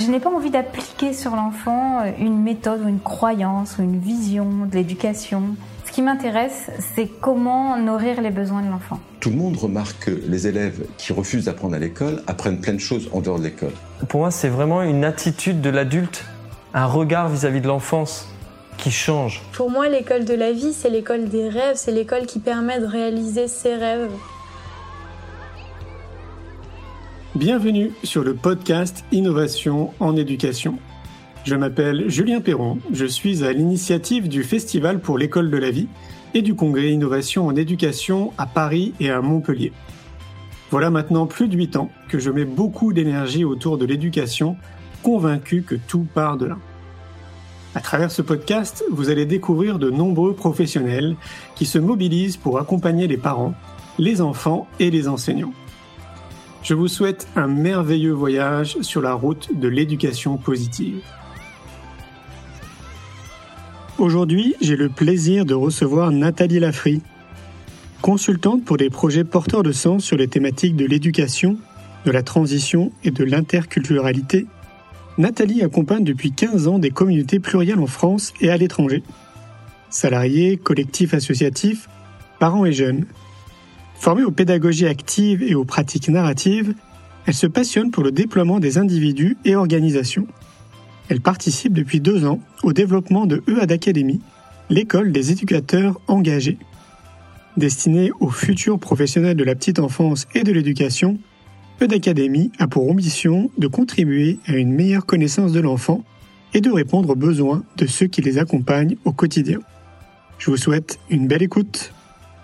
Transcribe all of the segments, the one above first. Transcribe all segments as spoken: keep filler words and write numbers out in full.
Je n'ai pas envie d'appliquer sur l'enfant une méthode ou une croyance ou une vision de l'éducation. Ce qui m'intéresse, c'est comment nourrir les besoins de l'enfant. Tout le monde remarque que les élèves qui refusent d'apprendre à l'école apprennent plein de choses en dehors de l'école. Pour moi, c'est vraiment une attitude de l'adulte, un regard vis-à-vis de l'enfance qui change. Pour moi, l'école de la vie, c'est l'école des rêves, c'est l'école qui permet de réaliser ses rêves. Bienvenue sur le podcast Innovation en éducation. Je m'appelle Julien Perron, je suis à l'initiative du Festival pour l'école de la vie et du Congrès Innovation en éducation à Paris et à Montpellier. Voilà maintenant plus de huit ans que je mets beaucoup d'énergie autour de l'éducation, convaincu que tout part de là. À travers ce podcast, vous allez découvrir de nombreux professionnels qui se mobilisent pour accompagner les parents, les enfants et les enseignants. Je vous souhaite un merveilleux voyage sur la route de l'éducation positive. Aujourd'hui, j'ai le plaisir de recevoir Nathalie Lafrie. Consultante pour des projets porteurs de sens sur les thématiques de l'éducation, de la transition et de l'interculturalité, Nathalie accompagne depuis quinze ans des communautés plurielles en France et à l'étranger. Salariés, collectifs associatifs, parents et jeunes. Formée aux pédagogies actives et aux pratiques narratives, elle se passionne pour le déploiement des individus et organisations. Elle participe depuis deux ans au développement de E A D Academy, l'école des éducateurs engagés. Destinée aux futurs professionnels de la petite enfance et de l'éducation, E A D Academy a pour ambition de contribuer à une meilleure connaissance de l'enfant et de répondre aux besoins de ceux qui les accompagnent au quotidien. Je vous souhaite une belle écoute.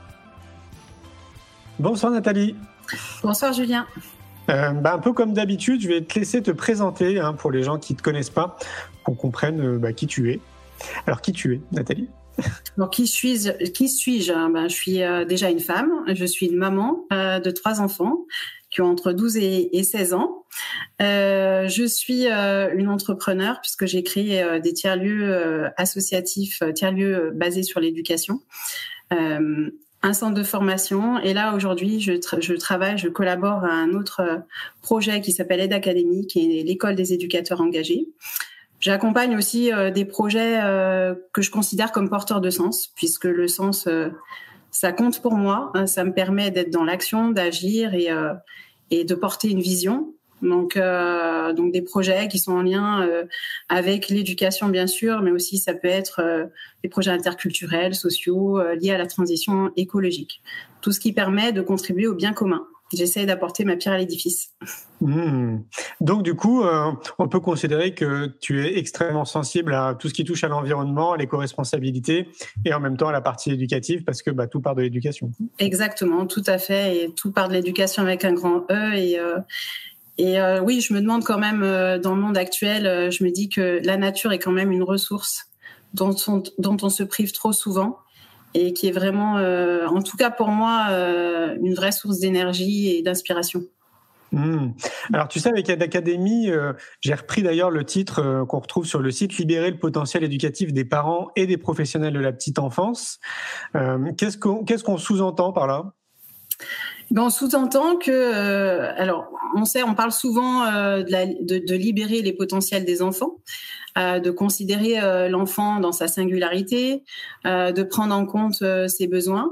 Bonsoir Nathalie. Bonsoir Julien. Euh, bah, un peu comme d'habitude, je vais te laisser te présenter hein, pour les gens qui ne te connaissent pas, qu'on comprenne euh, bah, qui tu es. Alors qui tu es Nathalie ? Alors, qui suis-je, qui suis-je ben, Je suis euh, déjà une femme, je suis une maman euh, de trois enfants qui ont entre douze et, et seize ans. Euh, je suis euh, une entrepreneure puisque j'ai créé euh, des tiers-lieux euh, associatifs, euh, tiers-lieux euh, basés sur l'éducation. Euh, un centre de formation. Et là, aujourd'hui, je, tra- je travaille, je collabore à un autre euh, projet qui s'appelle E A D Academy, qui est l'école des éducateurs engagés. J'accompagne aussi euh, des projets euh, que je considère comme porteurs de sens, puisque le sens, euh, ça compte pour moi. Hein, ça me permet d'être dans l'action, d'agir et, euh, et de porter une vision. Donc, euh, donc des projets qui sont en lien euh, avec l'éducation, bien sûr, mais aussi ça peut être euh, des projets interculturels, sociaux, euh, liés à la transition écologique. Tout ce qui permet de contribuer au bien commun. J'essaie d'apporter ma pierre à l'édifice. Mmh. Donc du coup, euh, on peut considérer que tu es extrêmement sensible à tout ce qui touche à l'environnement, à l'éco-responsabilité et en même temps à la partie éducative parce que bah, tout part de l'éducation. Exactement, tout à fait. Et tout part de l'éducation avec un grand E. Et, euh, et euh, oui, je me demande quand même, euh, dans le monde actuel, euh, je me dis que la nature est quand même une ressource dont on, dont on se prive trop souvent. Et qui est vraiment, euh, en tout cas pour moi, euh, une vraie source d'énergie et d'inspiration. Mmh. Alors tu sais, avec E A D Academy, euh, j'ai repris d'ailleurs le titre euh, qu'on retrouve sur le site « Libérer le potentiel éducatif des parents et des professionnels de la petite enfance euh, ». Qu'est-ce qu'on, qu'est-ce qu'on sous-entend par là ? Ben, on sous-entend que, euh, alors, on sait, on parle souvent euh, de, la, de, de libérer les potentiels des enfants, euh, de considérer euh, l'enfant dans sa singularité, euh, de prendre en compte euh, ses besoins.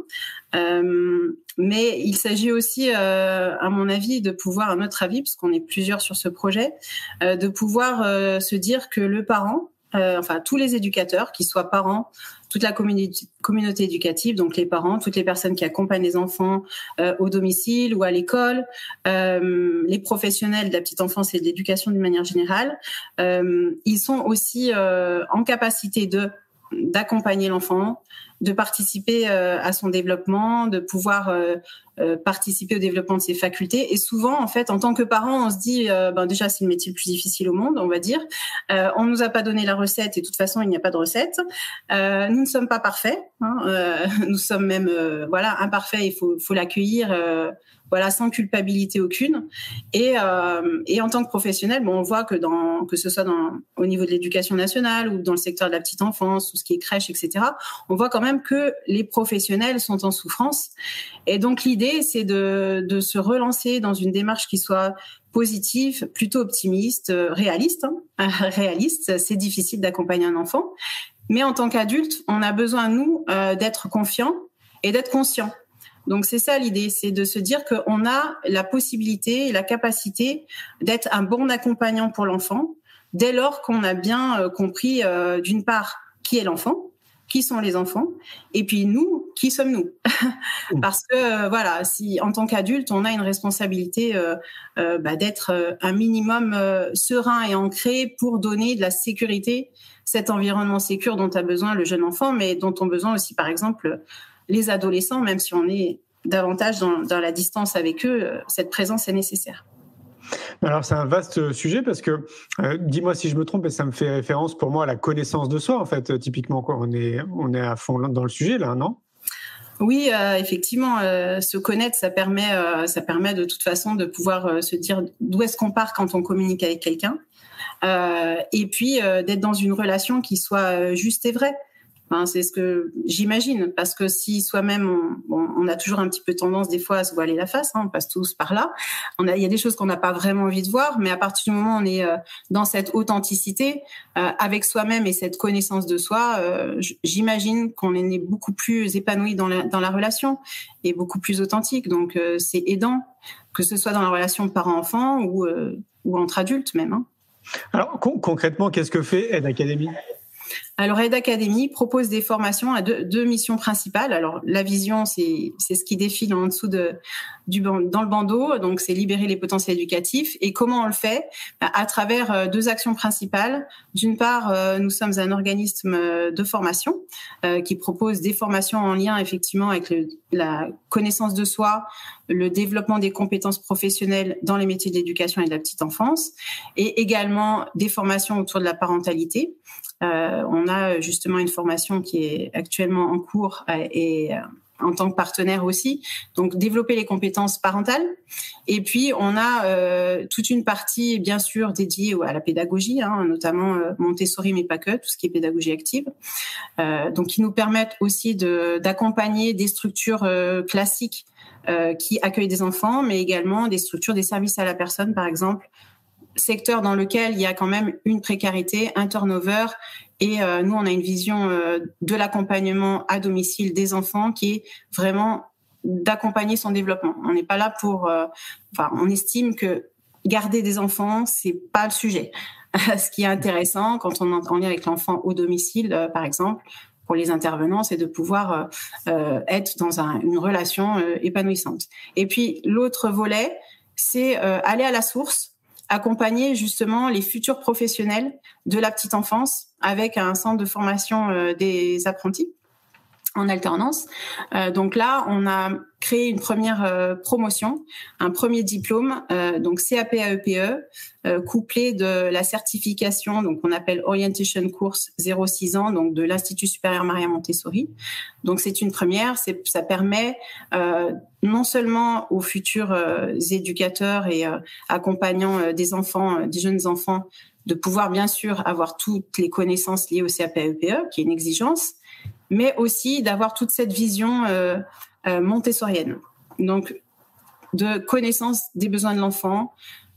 Euh, mais il s'agit aussi, euh, à mon avis, de pouvoir, à notre avis, parce qu'on est plusieurs sur ce projet, euh, de pouvoir euh, se dire que le parent, euh, enfin tous les éducateurs, qu'ils soient parents, toute la communauté, communauté éducative, donc les parents, toutes les personnes qui accompagnent les enfants euh, au domicile ou à l'école, euh, les professionnels de la petite enfance et de l'éducation d'une manière générale, euh, ils sont aussi euh, en capacité de d'accompagner l'enfant, de participer euh, à son développement, de pouvoir euh, euh, participer au développement de ses facultés. Et souvent, en fait, en tant que parent, on se dit, euh, ben déjà, c'est le métier le plus difficile au monde, on va dire. Euh, on nous a pas donné la recette et de toute façon, il n'y a pas de recette. Euh, nous ne sommes pas parfaits. Hein, euh, nous sommes même, euh, voilà, imparfaits. Il faut, faut l'accueillir. Euh, Voilà, sans culpabilité aucune. Et, euh, et en tant que professionnel, bon, on voit que dans, que ce soit dans, au niveau de l'éducation nationale ou dans le secteur de la petite enfance, tout ce qui est crèche, et cetera, on voit quand même même que les professionnels sont en souffrance. Et donc l'idée, c'est de, de se relancer dans une démarche qui soit positive, plutôt optimiste, réaliste. Hein. Réaliste, c'est difficile d'accompagner un enfant. Mais en tant qu'adulte, on a besoin, nous, euh, d'être confiants et d'être conscients. Donc c'est ça l'idée, c'est de se dire qu'on a la possibilité et la capacité d'être un bon accompagnant pour l'enfant, dès lors qu'on a bien euh, compris, euh, d'une part, qui est l'enfant, qui sont les enfants, et puis nous, qui sommes-nous. Parce que euh, voilà, si en tant qu'adulte, on a une responsabilité euh, euh, bah, d'être euh, un minimum euh, serein et ancré pour donner de la sécurité, cet environnement sécure dont a besoin le jeune enfant, mais dont ont besoin aussi, par exemple, les adolescents, même si on est davantage dans, dans la distance avec eux, euh, cette présence est nécessaire. Alors c'est un vaste sujet parce que, euh, dis-moi si je me trompe, et ça me fait référence pour moi à la connaissance de soi en fait, typiquement quoi. On est, on est à fond dans le sujet là, non ? Oui, euh, effectivement, euh, se connaître, ça permet, euh, ça permet de toute façon de pouvoir euh, se dire d'où est-ce qu'on part quand on communique avec quelqu'un, euh, et puis euh, d'être dans une relation qui soit juste et vraie. Enfin, c'est ce que j'imagine, parce que si soi-même, on, bon, on a toujours un petit peu tendance des fois à se voiler la face, hein, on passe tous par là. On a, il y a des choses qu'on n'a pas vraiment envie de voir, mais à partir du moment où on est euh, dans cette authenticité euh, avec soi-même et cette connaissance de soi, euh, j'imagine qu'on est beaucoup plus épanoui dans la, dans la relation et beaucoup plus authentique. Donc euh, c'est aidant, que ce soit dans la relation parent-enfant ou, euh, ou entre adultes même. Hein. Alors con- concrètement, qu'est-ce que fait Aide Academy ? Alors, Aide Academy propose des formations à deux, deux missions principales. Alors, la vision, c'est, c'est ce qui défile en dessous de, du, dans le bandeau. Donc, c'est libérer les potentiels éducatifs. Et comment on le fait ? À travers deux actions principales. D'une part, nous sommes un organisme de formation euh, qui propose des formations en lien, effectivement, avec le, la connaissance de soi, le développement des compétences professionnelles dans les métiers de l'éducation et de la petite enfance, et également des formations autour de la parentalité. Euh, on a justement une formation qui est actuellement en cours euh, et euh, en tant que partenaire aussi, donc développer les compétences parentales. Et puis on a euh, toute une partie bien sûr dédiée à la pédagogie, hein, notamment euh, Montessori mais pas que, tout ce qui est pédagogie active, euh, donc qui nous permettent aussi de, d'accompagner des structures euh, classiques euh, qui accueillent des enfants, mais également des structures des services à la personne, par exemple, secteur dans lequel il y a quand même une précarité, un turnover, et euh, nous on a une vision euh, de l'accompagnement à domicile des enfants qui est vraiment d'accompagner son développement. On n'est pas là pour, euh, enfin, on estime que garder des enfants c'est pas le sujet. Ce qui est intéressant quand on est en lien avec l'enfant au domicile, euh, par exemple, pour les intervenants, c'est de pouvoir euh, être dans un, une relation euh, épanouissante. Et puis l'autre volet, c'est euh, aller à la source, accompagner justement les futurs professionnels de la petite enfance avec un centre de formation euh, des apprentis en alternance. Euh, donc là, on a créé une première euh, promotion, un premier diplôme, euh, donc C A P A E P E, euh, couplé de la certification, donc on appelle Orientation Course zéro six ans, donc de l'Institut supérieur Maria Montessori. Donc c'est une première, c'est, ça permet euh, non seulement aux futurs euh, éducateurs et euh, accompagnants euh, des enfants, euh, des jeunes enfants, de pouvoir bien sûr avoir toutes les connaissances liées au C A P A E P E, qui est une exigence, mais aussi d'avoir toute cette vision euh, euh, montessorienne. Donc, de connaissance des besoins de l'enfant,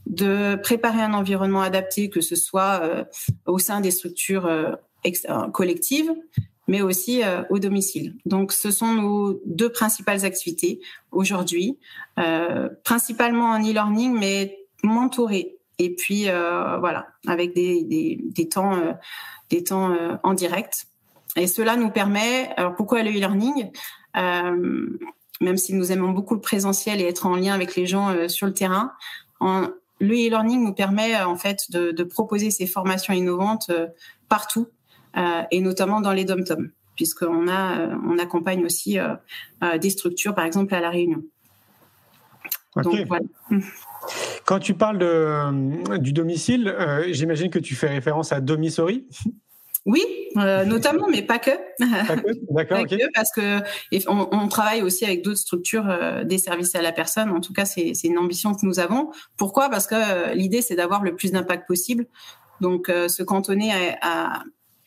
de préparer un environnement adapté, que ce soit euh, au sein des structures euh, ex- euh, collectives, mais aussi euh, au domicile. Donc, ce sont nos deux principales activités aujourd'hui, euh, principalement en e-learning, mais mentoré. Et puis, euh, voilà, avec des, des, des temps, euh, des temps euh, en direct. Et cela nous permet, alors pourquoi le e-learning ? euh, Même si nous aimons beaucoup le présentiel et être en lien avec les gens euh, sur le terrain, en, le e-learning nous permet euh, en fait de, de proposer ces formations innovantes euh, partout, euh, et notamment dans les dom-tom, puisqu'on a, euh, on accompagne aussi euh, euh, des structures, par exemple à La Réunion. Okay. Donc voilà. Quand tu parles de, du domicile, euh, j'imagine que tu fais référence à Domisori. Oui, euh, notamment, mais pas que. Pas que, d'accord, pas ok. que, parce que on, on travaille aussi avec d'autres structures euh, des services à la personne. En tout cas, c'est, c'est une ambition que nous avons. Pourquoi ? Parce que euh, l'idée, c'est d'avoir le plus d'impact possible. Donc, euh, se cantonner à, à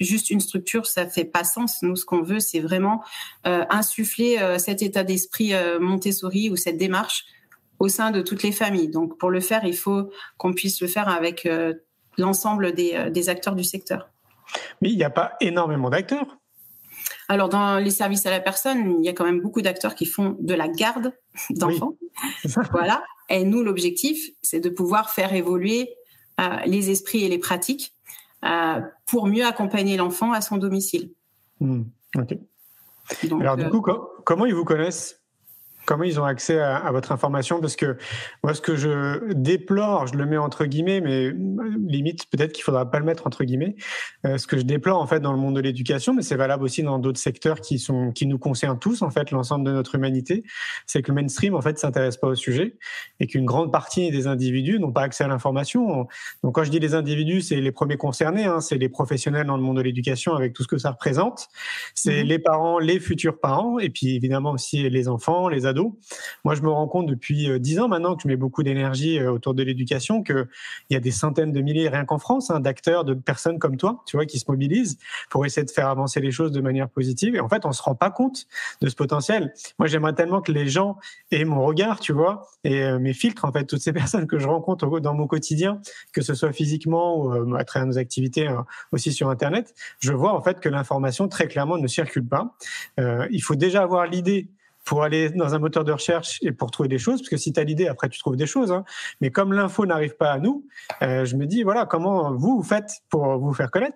juste une structure, ça fait pas sens. Nous, ce qu'on veut, c'est vraiment euh, insuffler euh, cet état d'esprit euh, Montessori ou cette démarche au sein de toutes les familles. Donc, pour le faire, il faut qu'on puisse le faire avec euh, l'ensemble des, euh, des acteurs du secteur. Mais il n'y a pas énormément d'acteurs. Alors, dans les services à la personne, il y a quand même beaucoup d'acteurs qui font de la garde d'enfants. Oui. Voilà. Et nous, l'objectif, c'est de pouvoir faire évoluer euh, les esprits et les pratiques euh, pour mieux accompagner l'enfant à son domicile. Mmh, ok. Donc, Alors, du euh, coup, co- comment ils vous connaissent ? Comment ils ont accès à, à votre information ? Parce que moi, ce que je déplore, je le mets entre guillemets, mais limite, peut-être qu'il ne faudra pas le mettre entre guillemets. Euh, ce que je déplore, en fait, dans le monde de l'éducation, mais c'est valable aussi dans d'autres secteurs qui, sont, qui nous concernent tous, en fait, l'ensemble de notre humanité, c'est que le mainstream, en fait, ne s'intéresse pas au sujet et qu'une grande partie des individus n'ont pas accès à l'information. Donc, quand je dis les individus, c'est les premiers concernés, hein, c'est les professionnels dans le monde de l'éducation avec tout ce que ça représente. C'est mmh. les parents, les futurs parents, et puis évidemment aussi les enfants, les ados. Moi, je me rends compte depuis dix ans maintenant que je mets beaucoup d'énergie autour de l'éducation, qu'il y a des centaines de milliers, rien qu'en France, hein, d'acteurs, de personnes comme toi, tu vois, qui se mobilisent pour essayer de faire avancer les choses de manière positive. Et en fait, on se rend pas compte de ce potentiel. Moi, j'aimerais tellement que les gens aient mon regard, tu vois, et euh, mes filtres, en fait, toutes ces personnes que je rencontre dans mon quotidien, que ce soit physiquement ou euh, à travers nos activités euh, aussi sur Internet, je vois en fait que l'information très clairement ne circule pas. Euh, il faut déjà avoir l'idée pour aller dans un moteur de recherche et pour trouver des choses, parce que si tu as l'idée, après tu trouves des choses. Hein. Mais comme l'info n'arrive pas à nous, euh, je me dis, voilà, comment vous, vous faites pour vous faire connaître ?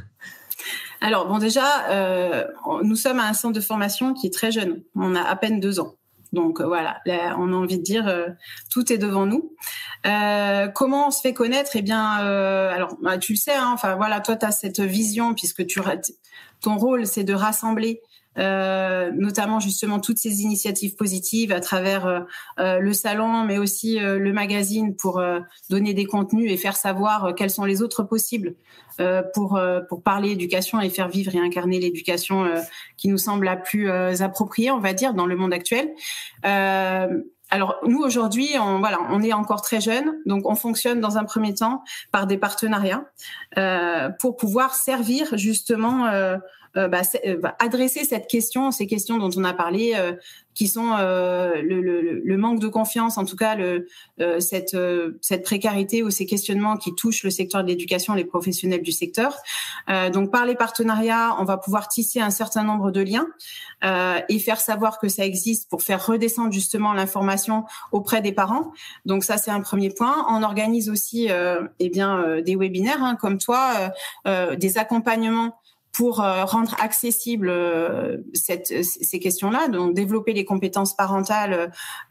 Alors, bon, déjà, euh, nous sommes à un centre de formation qui est très jeune. On a à peine deux ans. Donc, euh, voilà, là, on a envie de dire, euh, tout est devant nous. Euh, comment on se fait connaître ? Eh bien, euh, alors, bah, tu le sais, hein, enfin, voilà, toi, tu as cette vision, puisque tu, ton rôle, c'est de rassembler Euh, notamment justement toutes ces initiatives positives à travers euh, euh, le salon, mais aussi euh, le magazine pour euh, donner des contenus et faire savoir euh, quels sont les autres possibles euh, pour euh, pour parler éducation et faire vivre et incarner l'éducation euh, qui nous semble la plus euh, appropriée, on va dire, dans le monde actuel. Euh, Alors nous aujourd'hui, on, voilà, on est encore très jeunes, donc on fonctionne dans un premier temps par des partenariats euh, pour pouvoir servir justement, euh, euh, bah, euh, bah, adresser cette question, ces questions dont on a parlé, euh, qui sont euh, le, le, le manque de confiance, en tout cas le, euh, cette, euh, cette précarité ou ces questionnements qui touchent le secteur de l'éducation, les professionnels du secteur. Euh, donc par les partenariats, on va pouvoir tisser un certain nombre de liens euh, et faire savoir que ça existe pour faire redescendre justement l'information auprès des parents. Donc ça, c'est un premier point. On organise aussi euh, eh bien, euh, des webinaires hein, comme toi, euh, euh, des accompagnements pour euh, rendre accessible euh, cette, ces questions-là, donc développer les compétences parentales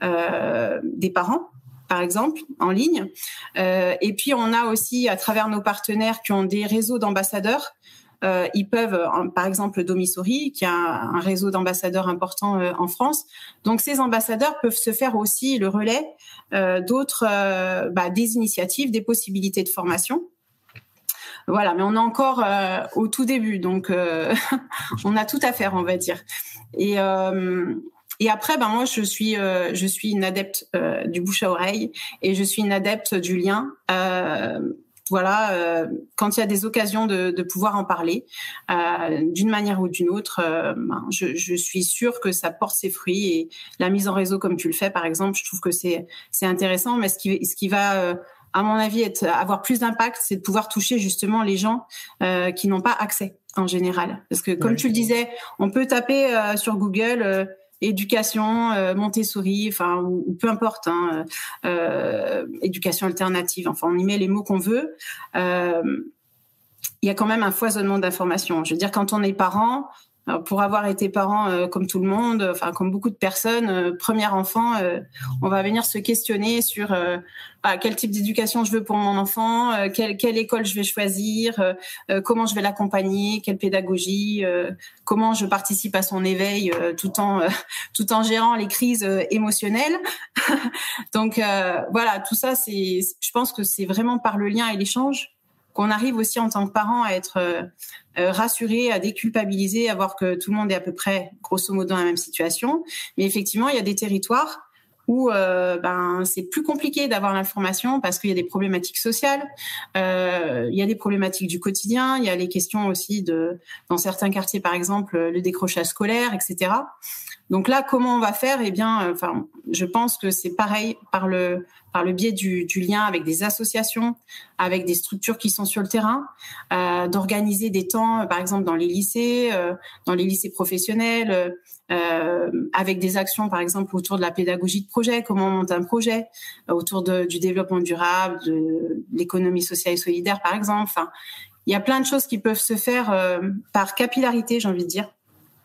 euh, des parents, par exemple, en ligne. Euh, et puis, on a aussi, à travers nos partenaires qui ont des réseaux d'ambassadeurs, Euh, ils peuvent, euh, par exemple, Domissori, qui a un, un réseau d'ambassadeurs important euh, en France. Donc, ces ambassadeurs peuvent se faire aussi le relais euh, d'autres, euh, bah, des initiatives, des possibilités de formation. Voilà, mais on est encore euh, au tout début, donc euh, on a tout à faire, on va dire. Et euh, Et après, ben moi, je suis, euh, je suis une adepte euh, du bouche à oreille et je suis une adepte du lien. Euh, Voilà, euh, quand il y a des occasions de, de pouvoir en parler, euh, d'une manière ou d'une autre, euh, ben, je, je suis sûre que ça porte ses fruits. Et la mise en réseau, comme tu le fais, par exemple, je trouve que c'est c'est intéressant. Mais ce qui ce qui va, euh, à mon avis, être avoir plus d'impact, c'est de pouvoir toucher justement les gens euh, qui n'ont pas accès en général. Parce que comme oui. tu le disais, on peut taper euh, sur Google. Euh, éducation, euh, Montessori, enfin ou, ou peu importe, hein, euh, éducation alternative. Enfin, on y met les mots qu'on veut. Euh, il y a quand même un foisonnement d'informations. Je veux dire, quand on est parent, alors pour avoir été parent euh, comme tout le monde, enfin comme beaucoup de personnes, euh, premier enfant, euh, on va venir se questionner sur euh, ah, quel type d'éducation je veux pour mon enfant, euh, quelle, quelle école je vais choisir, euh, euh, comment je vais l'accompagner, quelle pédagogie, euh, comment je participe à son éveil euh, tout en euh, tout en gérant les crises euh, émotionnelles. Donc euh, voilà, tout ça, c'est, je pense que c'est vraiment par le lien et l'échange qu'on arrive aussi en tant que parent à être euh, rassuré, à déculpabiliser, à voir que tout le monde est à peu près, grosso modo, dans la même situation. Mais effectivement, il y a des territoires où euh, ben c'est plus compliqué d'avoir l'information parce qu'il y a des problématiques sociales, euh, il y a des problématiques du quotidien, il y a les questions aussi de dans certains quartiers par exemple le décrochage scolaire, et cetera. Donc là, comment on va faire ? Eh bien, enfin, je pense que c'est pareil par le par le biais du, du lien avec des associations, avec des structures qui sont sur le terrain, euh, d'organiser des temps, par exemple dans les lycées, euh, dans les lycées professionnels, euh, avec des actions, par exemple autour de la pédagogie de projet, comment on monte un projet, euh, autour de, du développement durable, de, de l'économie sociale et solidaire, par exemple. Enfin, il y a plein de choses qui peuvent se faire euh, par capillarité, j'ai envie de dire.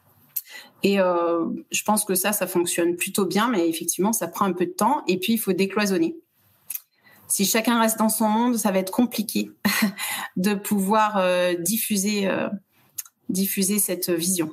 Et euh, je pense que ça, ça fonctionne plutôt bien, mais effectivement, ça prend un peu de temps. Et puis, il faut décloisonner. Si chacun reste dans son monde, ça va être compliqué de pouvoir euh, diffuser, euh, diffuser cette vision.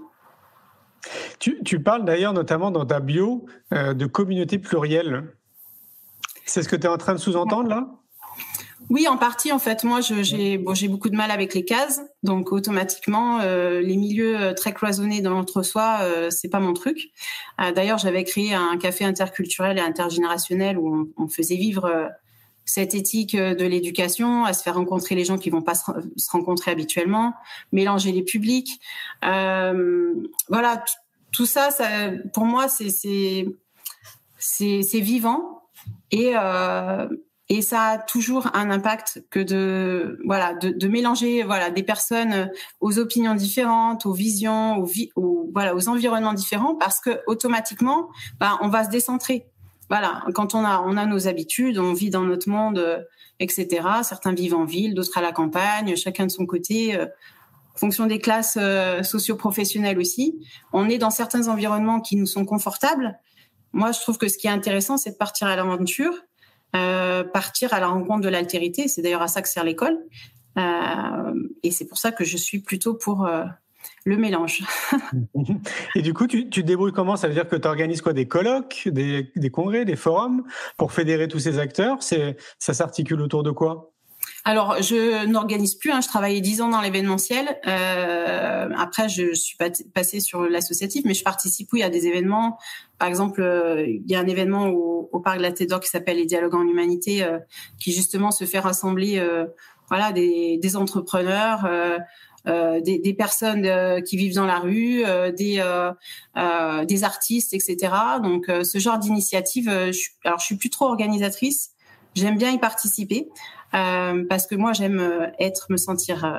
Tu, tu parles d'ailleurs notamment dans ta bio euh, de communauté plurielle. C'est ce que tu es en train de sous-entendre là ? Oui, en partie, en fait. Moi, je, j'ai, bon, j'ai beaucoup de mal avec les cases. Donc, automatiquement, euh, les milieux très cloisonnés dans l'entre-soi, euh, c'est pas mon truc. Euh, d'ailleurs, j'avais créé un café interculturel et intergénérationnel où on, on faisait vivre euh, cette éthique de l'éducation, à se faire rencontrer les gens qui vont pas se, se rencontrer habituellement, mélanger les publics. Euh, voilà, t- tout ça, ça, pour moi, c'est, c'est, c'est, c'est vivant et... Euh, Et ça a toujours un impact que de voilà de, de mélanger voilà des personnes aux opinions différentes, aux visions, aux, vi- aux voilà aux environnements différents, parce que automatiquement, bah, on va se décentrer. Voilà, quand on a on a nos habitudes, on vit dans notre monde, euh, et cetera. Certains vivent en ville, d'autres à la campagne, chacun de son côté. Euh, en fonction des classes euh, socio-professionnelles aussi, on est dans certains environnements qui nous sont confortables. Moi, je trouve que ce qui est intéressant, c'est de partir à l'aventure. Euh, partir à la rencontre de l'altérité, c'est d'ailleurs à ça que sert l'école, euh, et c'est pour ça que je suis plutôt pour euh, le mélange. Et du coup, tu, tu te débrouilles comment ? Ça veut dire que tu organises quoi ? Des colloques, des, des congrès, des forums pour fédérer tous ces acteurs ? C'est, ça s'articule autour de quoi ? Alors, je n'organise plus. Hein, je travaillais dix ans dans l'événementiel. Euh, après, je suis passée sur l'associatif, mais je participe, oui, à des événements. Par exemple, euh, il y a un événement au, au parc de la Tête d'Or qui s'appelle les Dialogues en Humanité, euh, qui justement se fait rassembler, euh, voilà, des, des entrepreneurs, euh, euh, des, des personnes euh, qui vivent dans la rue, euh, des, euh, euh, des artistes, et cetera. Donc, euh, ce genre d'initiative. Euh, je, alors, je suis plus trop organisatrice. J'aime bien y participer. Euh, parce que moi j'aime être, me sentir euh,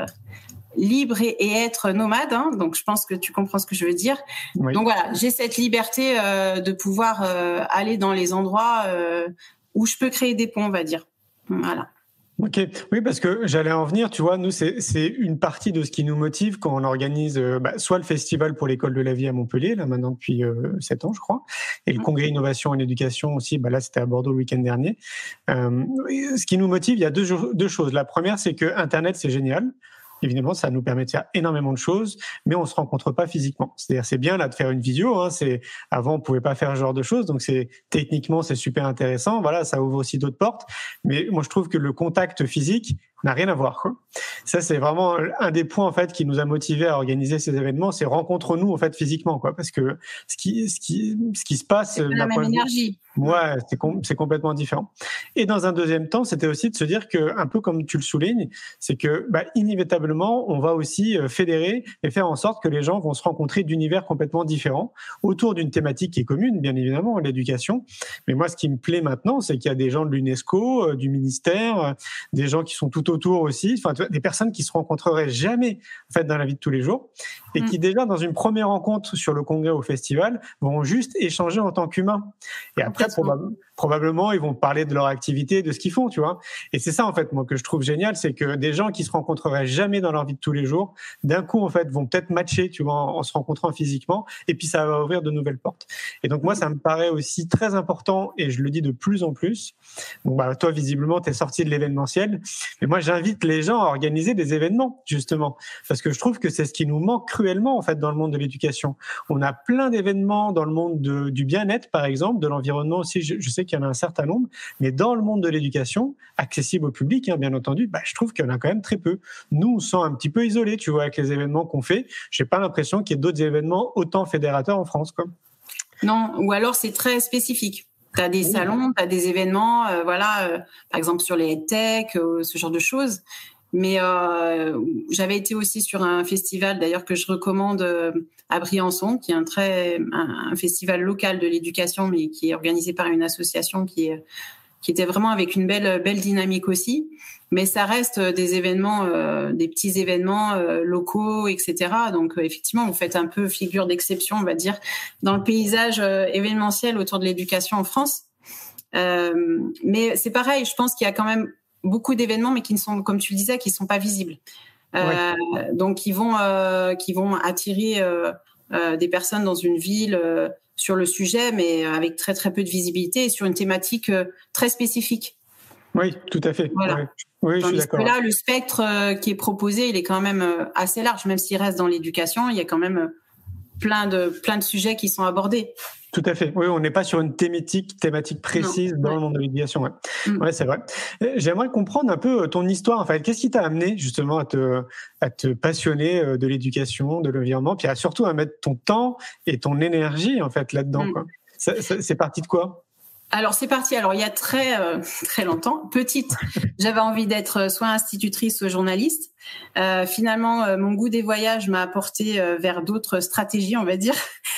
libre et, et être nomade, hein, donc je pense que tu comprends ce que je veux dire. Oui. Donc voilà, j'ai cette liberté euh, de pouvoir euh, aller dans les endroits euh, où je peux créer des ponts, on va dire. Voilà. Ok, oui, parce que j'allais en venir, tu vois, nous, c'est, c'est une partie de ce qui nous motive quand on organise euh, bah, soit le festival pour l'école de la vie à Montpellier, là maintenant depuis euh, sept ans, je crois, et le congrès innovation et éducation aussi, bah, là c'était à Bordeaux le week-end dernier. Euh, ce qui nous motive, il y a deux, deux choses. La première, c'est que Internet, c'est génial. Évidemment, ça nous permet de faire énormément de choses, mais on se rencontre pas physiquement. C'est-à-dire, c'est bien là de faire une visio. Hein, c'est avant, on pouvait pas faire ce genre de choses, donc c'est techniquement c'est super intéressant. Voilà, ça ouvre aussi d'autres portes. Mais moi, je trouve que le contact physique n'a rien à voir, quoi. Ça, c'est vraiment un des points en fait qui nous a motivés à organiser ces événements. C'est rencontre-nous en fait physiquement, quoi, parce que ce qui, ce qui, ce qui se passe, c'est la même énergie. Ouais, c'est, com- c'est complètement différent. Et dans un deuxième temps, c'était aussi de se dire que, un peu comme tu le soulignes, c'est que bah, inévitablement, on va aussi fédérer et faire en sorte que les gens vont se rencontrer d'univers complètement différents autour d'une thématique qui est commune, bien évidemment, l'éducation. Mais moi, ce qui me plaît maintenant, c'est qu'il y a des gens de l'UNESCO, euh, du ministère, euh, des gens qui sont tout autour aussi, enfin, des personnes qui se rencontreraient jamais en fait dans la vie de tous les jours et mmh. qui déjà dans une première rencontre sur le congrès ou au festival vont juste échanger en tant qu'humains. Et après, probab- probablement, ils vont parler de leur activité, de ce qu'ils font, tu vois. Et c'est ça, en fait, moi, que je trouve génial, c'est que des gens qui se rencontreraient jamais dans leur vie de tous les jours, d'un coup, en fait, vont peut-être matcher, tu vois, en, en se rencontrant physiquement, et puis ça va ouvrir de nouvelles portes. Et donc, moi, ça me paraît aussi très important, et je le dis de plus en plus. Bon, bah, toi, visiblement, t'es sorti de l'événementiel, mais moi, j'invite les gens à organiser des événements, justement, parce que je trouve que c'est ce qui nous manque cruellement, en fait, dans le monde de l'éducation. On a plein d'événements dans le monde de, du bien-être, par exemple, de l'environnement aussi, je, je sais qu'il y en a un certain nombre, mais dans le monde de l'éducation, accessible au public, hein, bien entendu, bah, je trouve qu'il y en a quand même très peu. Nous, on se sent un petit peu isolés, tu vois, avec les événements qu'on fait. J'ai pas l'impression qu'il y ait d'autres événements autant fédérateurs en France, quoi. Non, ou alors c'est très spécifique. T'as des salons, t'as des événements, euh, voilà, euh, par exemple sur les EdTech, euh, ce genre de choses. Mais euh, j'avais été aussi sur un festival, d'ailleurs, que je recommande euh, à Briançon, qui est un très un, un festival local de l'éducation, mais qui est organisé par une association qui est qui était vraiment avec une belle belle dynamique aussi. Mais ça reste des événements, euh, des petits événements euh, locaux, et cetera. Donc euh, effectivement, vous faites un peu figure d'exception, on va dire, dans le paysage euh, événementiel autour de l'éducation en France. Euh, mais c'est pareil, je pense qu'il y a quand même beaucoup d'événements, mais qui ne sont, comme tu le disais, qui sont pas visibles. Euh, ouais. Donc, qui vont, euh, qui vont attirer euh, euh, des personnes dans une ville euh, sur le sujet, mais avec très très peu de visibilité et sur une thématique euh, très spécifique. Oui, tout à fait. Voilà. Ouais. Oui, je suis d'accord. Que là, le spectre euh, qui est proposé, il est quand même euh, assez large, même s'il reste dans l'éducation, il y a quand même euh, plein de plein de sujets qui sont abordés. Tout à fait. Oui, on n'est pas sur une thématique, thématique précise non. dans ouais. le monde de l'éducation. Ouais. Mm. ouais, c'est vrai. J'aimerais comprendre un peu ton histoire. En fait, qu'est-ce qui t'a amené justement à te, à te passionner de l'éducation, de l'environnement, puis à surtout à mettre ton temps et ton énergie en fait là-dedans. Mm. Quoi. Ça, ça, c'est parti de quoi ? Alors c'est parti. Alors il y a très euh, très longtemps, petite, j'avais envie d'être soit institutrice, soit journaliste. Euh, finalement, euh, mon goût des voyages m'a apporté euh, vers d'autres stratégies, on va dire.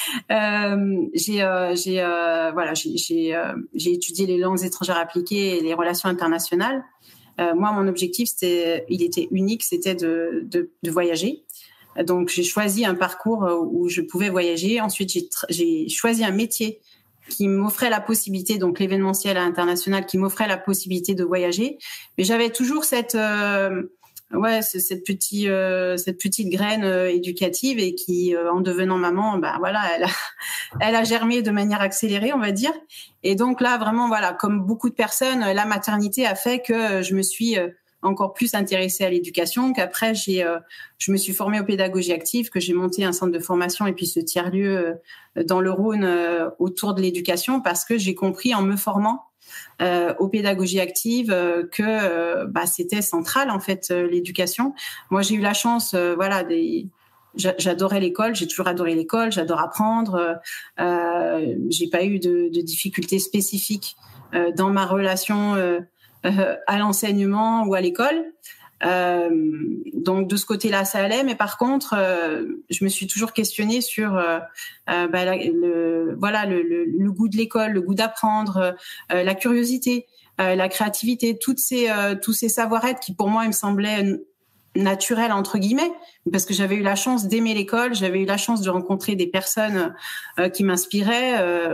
Euh, j'ai euh, j'ai euh, voilà, j'ai j'ai, euh, j'ai étudié les langues étrangères appliquées et les relations internationales. Euh, moi, mon objectif, c'était, il était unique, c'était de de, de voyager. Donc j'ai choisi un parcours où je pouvais voyager. Ensuite, j'ai tra- j'ai choisi un métier qui m'offrait la possibilité, donc l'événementiel à l'international, qui m'offrait la possibilité de voyager. Mais j'avais toujours cette, euh, ouais, cette petite, euh, cette petite graine euh, éducative et qui, euh, en devenant maman, ben voilà, elle a, elle a germé de manière accélérée, on va dire. Et donc là, vraiment, voilà, comme beaucoup de personnes, la maternité a fait que je me suis euh, encore plus intéressée à l'éducation, qu'après j'ai, euh, je me suis formée aux pédagogies actives, que j'ai monté un centre de formation et puis ce tiers-lieu euh, dans le Rhône euh, autour de l'éducation, parce que j'ai compris en me formant euh, aux pédagogies actives euh, que euh, bah, c'était central en fait euh, l'éducation. Moi j'ai eu la chance, euh, voilà, des j'adorais l'école, j'ai toujours adoré l'école, j'adore apprendre. Euh, j'ai pas eu de, de difficultés spécifiques euh, dans ma relation euh, Euh, à l'enseignement ou à l'école. Euh, donc de ce côté-là, ça allait. Mais par contre, euh, je me suis toujours questionnée sur euh, euh, bah, la, le, voilà, le, le, le goût de l'école, le goût d'apprendre, euh, la curiosité, euh, la créativité, toutes ces, euh, tous ces savoir-être qui, pour moi, il me semblaient naturels, entre guillemets, parce que j'avais eu la chance d'aimer l'école, j'avais eu la chance de rencontrer des personnes euh, qui m'inspiraient. Euh,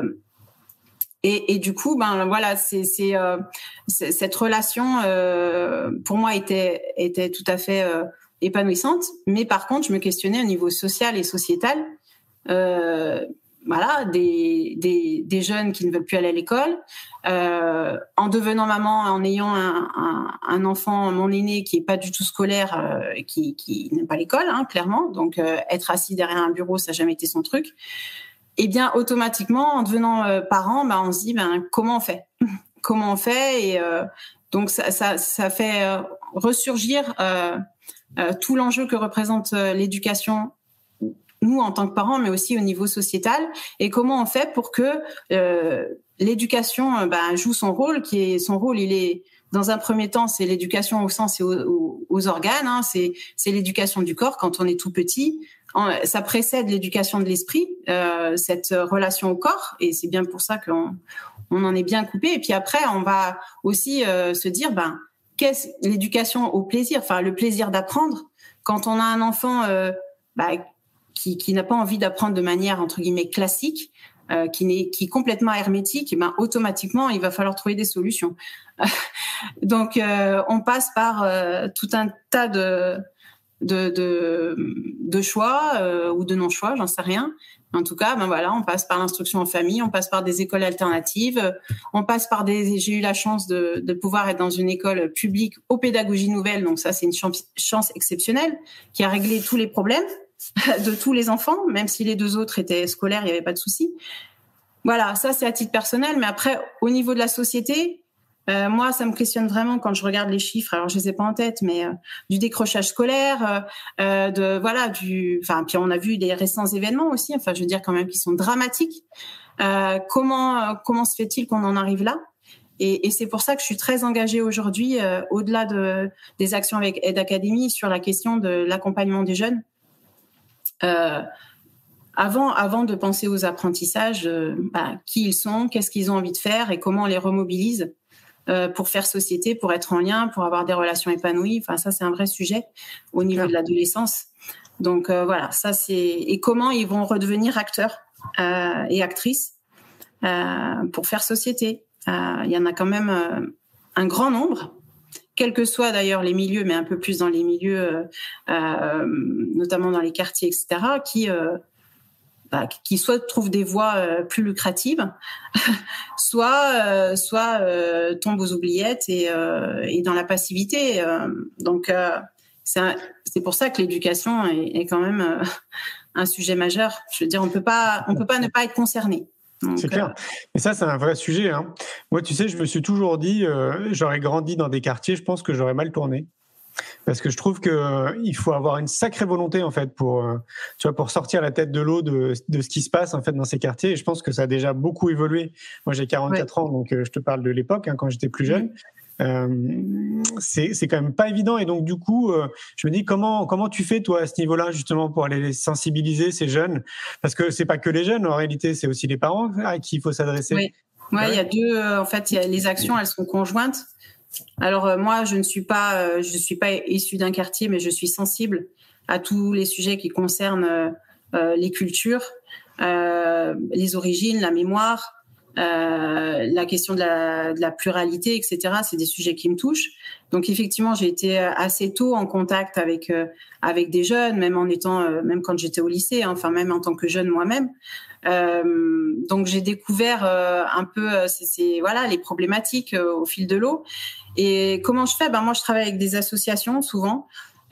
Et, et du coup, ben voilà, c'est, c'est, euh, c'est cette relation euh, pour moi était était tout à fait euh, épanouissante. Mais par contre, je me questionnais au niveau social et sociétal. Euh, voilà, des des des jeunes qui ne veulent plus aller à l'école, euh, en devenant maman, en ayant un, un, un enfant, mon aîné, qui est pas du tout scolaire, euh, qui qui n'aime pas l'école, hein, clairement. Donc euh, être assis derrière un bureau, ça n'a jamais été son truc. Eh bien, automatiquement, en devenant euh, parent, ben, on se dit, ben, comment on fait ? Comment on fait ? Et euh, donc, ça, ça, ça fait euh, ressurgir euh, euh, tout l'enjeu que représente euh, l'éducation, nous, en tant que parents, mais aussi au niveau sociétal. Et comment on fait pour que euh, l'éducation ben, joue son rôle, qui est son rôle, il est... Dans un premier temps, c'est l'éducation au sens et aux, aux, aux organes. Hein, c'est, c'est l'éducation du corps quand on est tout petit. Ça précède l'éducation de l'esprit, euh, cette relation au corps, et c'est bien pour ça qu'on on en est bien coupé. Et puis après, on va aussi euh, se dire, ben, qu'est-ce l'éducation au plaisir, enfin le plaisir d'apprendre. Quand on a un enfant euh, bah, qui, qui n'a pas envie d'apprendre de manière entre guillemets classique, euh, qui n'est qui est complètement hermétique, et ben automatiquement, il va falloir trouver des solutions. Donc, euh, on passe par euh, tout un tas de De, de, de choix euh, ou de non-choix, j'en sais rien. En tout cas, ben voilà, on passe par l'instruction en famille, on passe par des écoles alternatives, on passe par des. J'ai eu la chance de, de pouvoir être dans une école publique aux pédagogies nouvelles, donc ça c'est une chance, chance exceptionnelle qui a réglé tous les problèmes de tous les enfants, même si les deux autres étaient scolaires, il n'y avait pas de souci. Voilà, ça c'est à titre personnel, mais après au niveau de la société. Euh, moi, ça me questionne vraiment quand je regarde les chiffres. Alors, je les ai pas en tête, mais euh, du décrochage scolaire, euh, de voilà, du. Enfin, puis on a vu des récents événements aussi. Enfin, je veux dire quand même qui sont dramatiques. Euh, comment comment se fait-il qu'on en arrive là ? Et, et c'est pour ça que je suis très engagée aujourd'hui, euh, au-delà de, des actions avec Aide Academy, sur la question de l'accompagnement des jeunes. Euh, avant, avant de penser aux apprentissages, euh, bah, qui ils sont, qu'est-ce qu'ils ont envie de faire et comment on les remobilise euh, pour faire société, pour être en lien, pour avoir des relations épanouies. Enfin, ça, c'est un vrai sujet au niveau ouais. de l'adolescence. Donc euh, voilà, ça c'est et comment ils vont redevenir acteurs euh, et actrices euh, pour faire société. Euh, il y en a quand même euh, un grand nombre, quels que soient d'ailleurs les milieux, mais un peu plus dans les milieux, euh, euh, notamment dans les quartiers, et cetera, qui, euh, bah, qui soit trouvent des voies euh, plus lucratives, soit, euh, soit euh, tombent aux oubliettes et, euh, et dans la passivité. Euh, donc, euh, c'est, un, c'est pour ça que l'éducation est, est quand même euh, un sujet majeur. Je veux dire, on peut pas, on peut pas ne pas être concerné. Donc, c'est clair. Et ça, c'est un vrai sujet. Hein. Moi, tu sais, je me suis toujours dit, euh, j'aurais grandi dans des quartiers, je pense que j'aurais mal tourné. Parce que je trouve qu'il euh, faut avoir une sacrée volonté, en fait, pour, euh, tu vois, pour sortir la tête de l'eau de, de ce qui se passe, en fait, dans ces quartiers. Et je pense que ça a déjà beaucoup évolué. Moi, j'ai quarante-quatre ouais. ans, donc euh, je te parle de l'époque, hein, quand j'étais plus jeune. Mmh. Euh, c'est, c'est quand même pas évident. Et donc, du coup, euh, je me dis, comment, comment tu fais, toi, à ce niveau-là, justement, pour aller sensibiliser ces jeunes ? Parce que c'est pas que les jeunes, en réalité, c'est aussi les parents à qui il faut s'adresser. Oui, ouais, il y a deux, euh, en fait, il y a les actions, elles sont conjointes. Alors, euh, moi, je ne suis pas, euh, je suis pas issue d'un quartier, mais je suis sensible à tous les sujets qui concernent euh, euh, les cultures, euh, les origines, la mémoire. Euh, la question de la, de la pluralité, et cetera. C'est des sujets qui me touchent. Donc effectivement, j'ai été assez tôt en contact avec euh, avec des jeunes, même en étant, euh, même quand j'étais au lycée, hein, enfin même en tant que jeune moi-même. Euh, donc j'ai découvert euh, un peu, euh, c'est, c'est voilà, les problématiques euh, au fil de l'eau. Et comment je fais ? Ben moi, je travaille avec des associations souvent.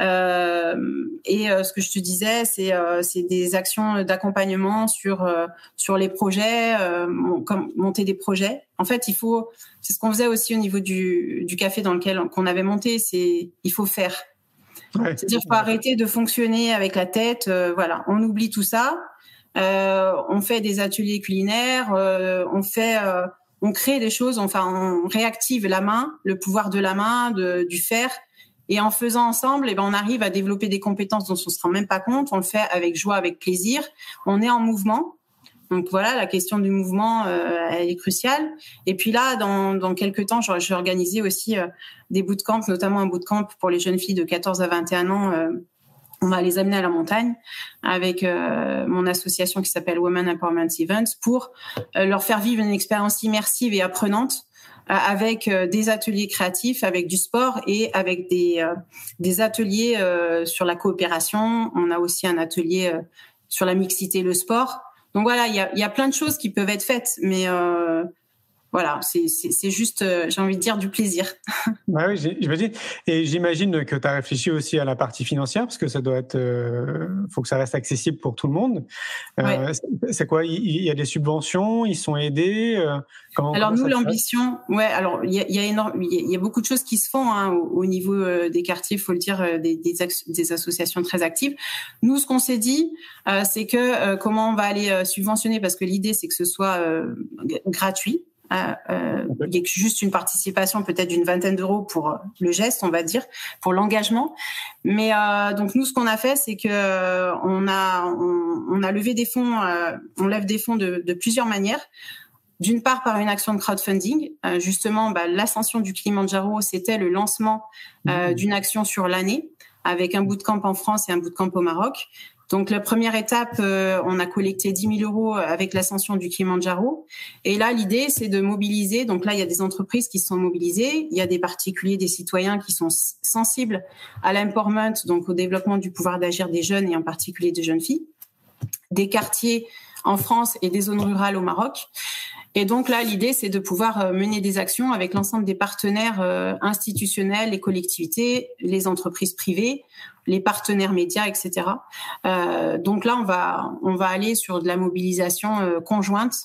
Euh, et euh, ce que je te disais, c'est, euh, c'est des actions d'accompagnement sur euh, sur les projets, euh, comme monter des projets. En fait, il faut, c'est ce qu'on faisait aussi au niveau du du café dans lequel qu'on avait monté. C'est il faut faire. Ouais. C'est-à-dire, il faut arrêter de fonctionner avec la tête. Euh, voilà, on oublie tout ça. Euh, on fait des ateliers culinaires. Euh, on fait euh, on crée des choses. Enfin, on réactive la main, le pouvoir de la main, de, du faire. Et en faisant ensemble, eh ben, on arrive à développer des compétences dont on se rend même pas compte. On le fait avec joie, avec plaisir. On est en mouvement. Donc voilà, la question du mouvement, euh, elle est cruciale. Et puis là, dans, dans quelques temps, je vais organiser aussi euh, des bootcamps, notamment un bootcamp pour les jeunes filles de quatorze à vingt et un ans. Euh, on va les amener à la montagne avec euh, mon association qui s'appelle Women Empowerment Events pour euh, leur faire vivre une expérience immersive et apprenante avec euh, des ateliers créatifs, avec du sport et avec des euh, des ateliers euh, sur la coopération. On a aussi un atelier euh, sur la mixité et le sport. Donc voilà, il y a il y a plein de choses qui peuvent être faites, mais euh, voilà, c'est c'est c'est juste, euh, j'ai envie de dire, du plaisir. Bah oui, j'imagine. Et j'imagine que tu as réfléchi aussi à la partie financière, parce que ça doit être, euh, faut que ça reste accessible pour tout le monde. Euh, ouais. c'est, c'est quoi ? Il y a des subventions, ils sont aidés. Euh, comment, alors comment nous, l'ambition, ouais. Alors il y a, il y a énorme, il y a beaucoup de choses qui se font hein, au, au niveau euh, des quartiers, faut le dire, euh, des, des, des associations très actives. Nous, ce qu'on s'est dit, euh, c'est que euh, comment on va aller euh, subventionner, parce que l'idée c'est que ce soit euh, gratuit. Euh, euh, il y a juste une participation peut-être d'une vingtaine d'euros pour le geste, on va dire, pour l'engagement. Mais euh, donc nous, ce qu'on a fait, c'est que euh, on a on, on a levé des fonds, euh, on lève des fonds de, de plusieurs manières. D'une part, par une action de crowdfunding. Euh, justement, bah, l'ascension du Kilimandjaro, c'était le lancement euh, mmh. d'une action sur l'année, avec un bootcamp en France et un bootcamp au Maroc. Donc, la première étape, euh, on a collecté dix mille euros avec l'ascension du Kilimandjaro. Et là, l'idée, c'est de mobiliser. Donc là, il y a des entreprises qui sont mobilisées. Il y a des particuliers, des citoyens qui sont sensibles à l'empowerment, donc au développement du pouvoir d'agir des jeunes et en particulier des jeunes filles, des quartiers en France et des zones rurales au Maroc. Et donc là, l'idée, c'est de pouvoir mener des actions avec l'ensemble des partenaires euh, institutionnels, les collectivités, les entreprises privées, les partenaires médias, et cetera. Euh, donc là, on va on va aller sur de la mobilisation euh, conjointe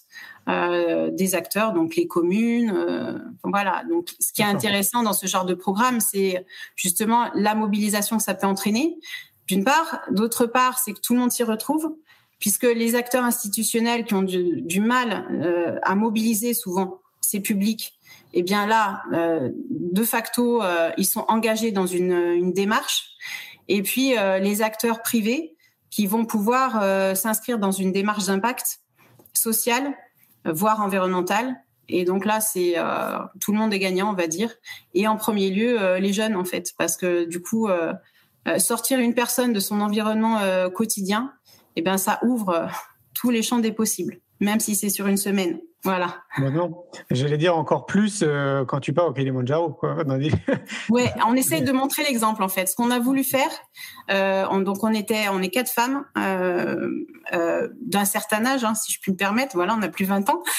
euh, des acteurs, donc les communes. Euh, voilà. Donc, ce qui est intéressant dans ce genre de programme, c'est justement la mobilisation que ça peut entraîner. D'une part, d'autre part, c'est que tout le monde s'y retrouve. puisque les acteurs institutionnels qui ont du, du mal euh, à mobiliser souvent ces publics, eh bien là, euh, de facto, euh, ils sont engagés dans une, une démarche. Et puis, euh, les acteurs privés qui vont pouvoir euh, s'inscrire dans une démarche d'impact social, voire environnemental. Et donc là, c'est euh, tout le monde est gagnant, on va dire. Et en premier lieu, euh, les jeunes, en fait, parce que du coup, euh, euh, sortir une personne de son environnement euh, quotidien, eh ben, ça ouvre euh, tous les champs des possibles, même si c'est sur une semaine. Voilà. Bon, non, j'allais dire encore plus euh, quand tu pars au Kilimanjaro, quoi. Ouais, on essaie de montrer l'exemple en fait. Ce qu'on a voulu faire, euh, on, donc on était, on est quatre femmes euh, euh, d'un certain âge, hein, si je puis me permettre. Voilà, on a plus vingt ans.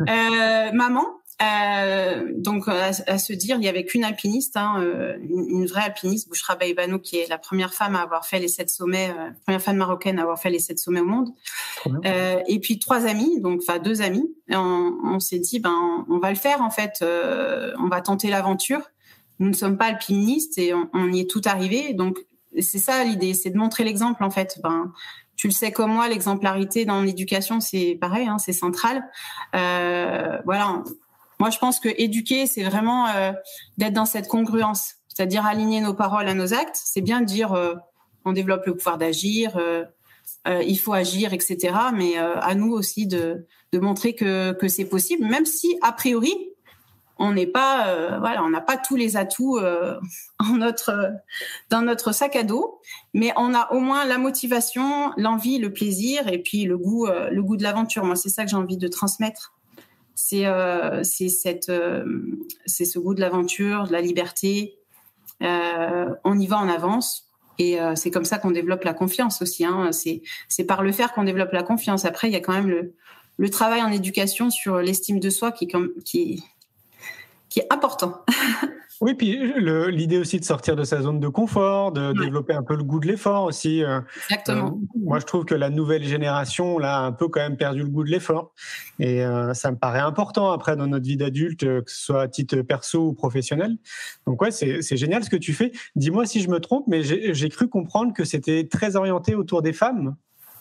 Euh, maman. Euh, donc à, à se dire, il y avait qu'une alpiniste, hein, euh, une, une vraie alpiniste, Bouchra Baïbanou, qui est la première femme à avoir fait les sept sommets, euh, première femme marocaine à avoir fait les sept sommets au monde. Euh, et puis trois amis, donc enfin deux amis. Et on, on s'est dit, ben on va le faire en fait, euh, on va tenter l'aventure. Nous ne sommes pas alpinistes et on, on y est tout arrivé. Donc c'est ça l'idée, c'est de montrer l'exemple en fait. Ben tu le sais comme moi, l'exemplarité dans l'éducation, c'est pareil, hein, c'est central. Euh, voilà. Moi, je pense que éduquer, c'est vraiment euh, d'être dans cette congruence, c'est-à-dire aligner nos paroles à nos actes. C'est bien de dire euh, on développe le pouvoir d'agir, euh, euh, il faut agir, et cetera. Mais euh, à nous aussi de, de montrer que, que c'est possible, même si a priori on n'est pas, euh, voilà, on n'a pas tous les atouts euh, en notre, euh, dans notre sac à dos, mais on a au moins la motivation, l'envie, le plaisir et puis le goût, euh, le goût de l'aventure. Moi, c'est ça que j'ai envie de transmettre. C'est, euh, c'est, cette, euh, c'est ce goût de l'aventure, de la liberté. Euh, on y va en avance. Et euh, c'est comme ça qu'on développe la confiance aussi. Hein. C'est, c'est par le faire qu'on développe la confiance. Après, il y a quand même le, le travail en éducation sur l'estime de soi qui est, comme, qui, qui est important. Oui, puis le, l'idée aussi de sortir de sa zone de confort, de ouais. développer un peu le goût de l'effort aussi. Exactement. Euh, moi, je trouve que la nouvelle génération là, a un peu quand même perdu le goût de l'effort. Et euh, ça me paraît important après dans notre vie d'adulte, que ce soit à titre perso ou professionnel. Donc ouais, c'est, c'est génial ce que tu fais. Dis-moi si je me trompe, mais j'ai, j'ai cru comprendre que c'était très orienté autour des femmes.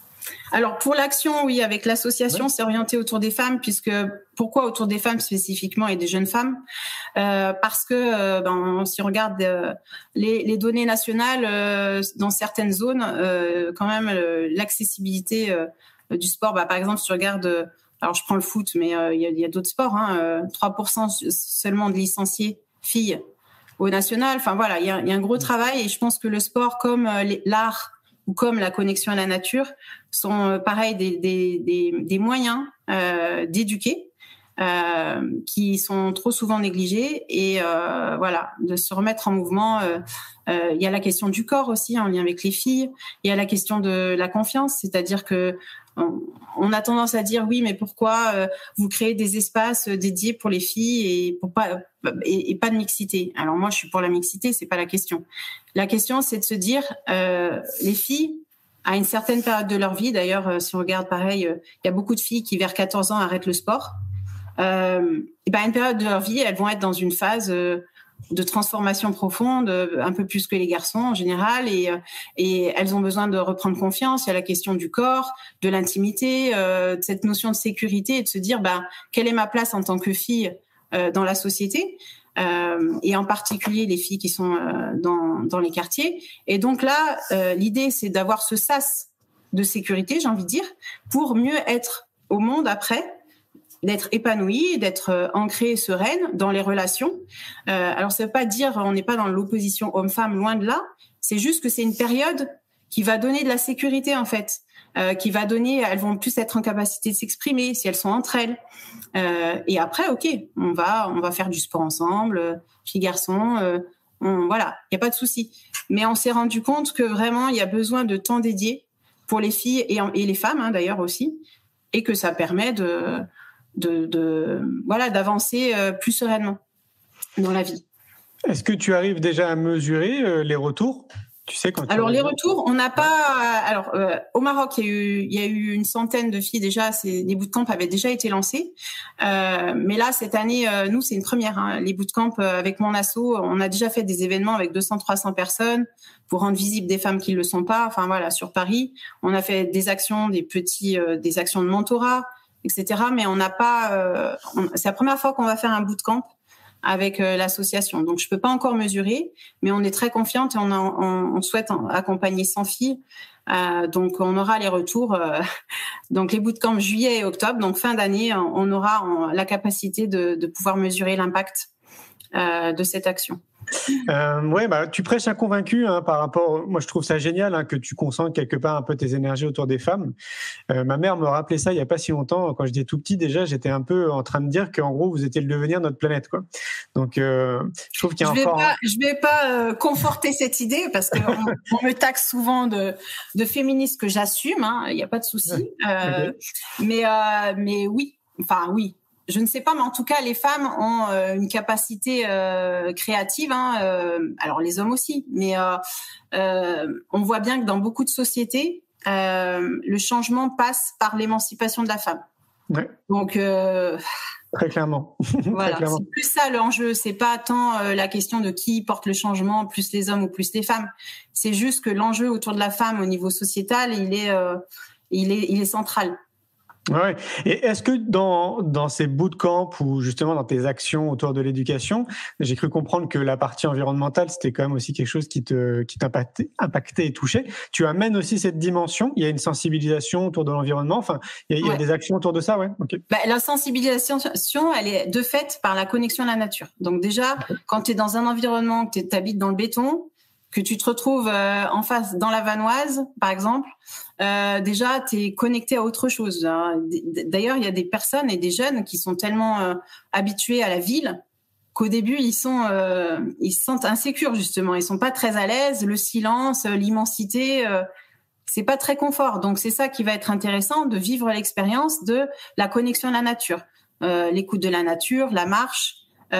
Alors pour l'action, oui, avec l'association, ouais. c'est orienté autour des femmes, puisque pourquoi autour des femmes spécifiquement et des jeunes femmes euh, Parce que euh, ben, si on regarde euh, les, les données nationales, euh, dans certaines zones, euh, quand même euh, l'accessibilité euh, du sport, bah, par exemple, si tu regardes, euh, alors je prends le foot, mais il euh, y, y a d'autres sports, hein, euh, trois pour cent seulement de licenciés filles au national. Enfin voilà, il y a, y a un gros travail et je pense que le sport comme euh, les, l'art ou comme la connexion à la nature, sont euh, pareil des, des, des, des moyens euh, d'éduquer euh, qui sont trop souvent négligés et euh, voilà, de se remettre en mouvement. Euh, euh, il y a la question du corps aussi, en lien avec les filles. Il y a la question de la confiance, c'est-à-dire que on, on a tendance à dire oui, mais pourquoi euh, vous créez des espaces dédiés pour les filles et pour pas et, et pas de mixité. Alors moi, je suis pour la mixité, c'est pas la question. La question, c'est de se dire euh, les filles à une certaine période de leur vie. D'ailleurs, euh, si on regarde pareil, il euh, y a beaucoup de filles qui vers quatorze ans arrêtent le sport. Euh, et ben à une période de leur vie, elles vont être dans une phase euh, de transformation profonde, un peu plus que les garçons en général, et, et elles ont besoin de reprendre confiance. Il y a la question du corps, de l'intimité, euh, de cette notion de sécurité et de se dire, bah, quelle est ma place en tant que fille euh, dans la société, euh, et en particulier les filles qui sont euh, dans, dans les quartiers. Et donc là, euh, l'idée, c'est d'avoir ce sas de sécurité, j'ai envie de dire, pour mieux être au monde après, d'être épanouie, d'être euh, ancrée et sereine dans les relations. Euh, alors, ça veut pas dire on n'est pas dans l'opposition homme-femme, loin de là. C'est juste que c'est une période qui va donner de la sécurité, en fait, euh, qui va donner, elles vont plus être en capacité de s'exprimer si elles sont entre elles. Euh, et après, ok, on va, on va faire du sport ensemble, euh, filles, garçons, euh, on, voilà, il y a pas de souci. Mais on s'est rendu compte que vraiment, il y a besoin de temps dédié pour les filles et, et les femmes, hein, d'ailleurs aussi, et que ça permet de De, de voilà d'avancer euh, plus sereinement dans la vie. Est-ce que tu arrives déjà à mesurer euh, les retours ? Tu sais quand Alors tu les retours, on n'a pas. Alors euh, au Maroc, il y a eu, il y a eu une centaine de filles déjà. C'est, les bootcamps avaient déjà été lancés, euh, mais là cette année, euh, nous c'est une première. Hein, les bootcamps euh, avec mon asso, on a déjà fait des événements avec deux cents, trois cents personnes pour rendre visibles des femmes qui le sont pas. Enfin voilà, sur Paris, on a fait des actions, des petits, euh, des actions de mentorat, et cetera. Mais on n'a pas. Euh, on, c'est la première fois qu'on va faire un bootcamp avec euh, l'association. Donc, je peux pas encore mesurer, mais on est très confiante et on, a, on, on souhaite accompagner cent filles. Euh, donc, on aura les retours. Euh, donc, les bootcamps juillet et octobre. Donc, fin d'année, on aura on, la capacité de, de pouvoir mesurer l'impact euh, de cette action. Euh, ouais, bah, tu prêches un convaincu hein, par rapport. Moi, je trouve ça génial hein, que tu concentres quelque part un peu tes énergies autour des femmes. Euh, ma mère me rappelait ça il y a pas si longtemps. Quand j'étais tout petit, déjà, j'étais un peu en train de dire qu'en gros, vous étiez le devenir de notre planète, quoi. Donc, euh, je trouve qu'il y a je encore. Vais pas, je vais pas euh, conforter cette idée parce qu'on on me taxe souvent de, de féministe que j'assume. Hein, il y a pas de souci. Euh, okay. Mais, euh, mais oui, enfin oui. Je ne sais pas, mais en tout cas, les femmes ont euh, une capacité euh, créative. Hein, euh, alors les hommes aussi, mais euh, euh, on voit bien que dans beaucoup de sociétés, euh, le changement passe par l'émancipation de la femme. Ouais. Donc euh, très clairement. Voilà, très clairement. C'est plus ça l'enjeu. C'est pas tant euh, la question de qui porte le changement, plus les hommes ou plus les femmes. C'est juste que l'enjeu autour de la femme au niveau sociétal, il est, euh, il est, il est central. Ouais. Et est-ce que dans dans ces bootcamps ou justement dans tes actions autour de l'éducation, j'ai cru comprendre que la partie environnementale c'était quand même aussi quelque chose qui te qui t'impactait impactait et touchait. Tu amènes aussi cette dimension. Il y a une sensibilisation autour de l'environnement. Enfin, il y a, ouais. il y a des actions autour de ça, ouais. Ok. Bah, la sensibilisation, elle est de fait par la connexion à la nature. Donc déjà, okay. quand tu es dans un environnement, que tu habites dans le béton, que tu te retrouves euh, en face dans la Vanoise, par exemple, euh, déjà, tu es connecté à autre chose. Hein. D'ailleurs, il y a des personnes et des jeunes qui sont tellement euh, habitués à la ville qu'au début, ils sont, euh, ils se sentent insécures, justement. Ils sont pas très à l'aise. Le silence, l'immensité, euh, c'est pas très confort. Donc, c'est ça qui va être intéressant, de vivre l'expérience de la connexion à la nature. Euh, l'écoute de la nature, la marche,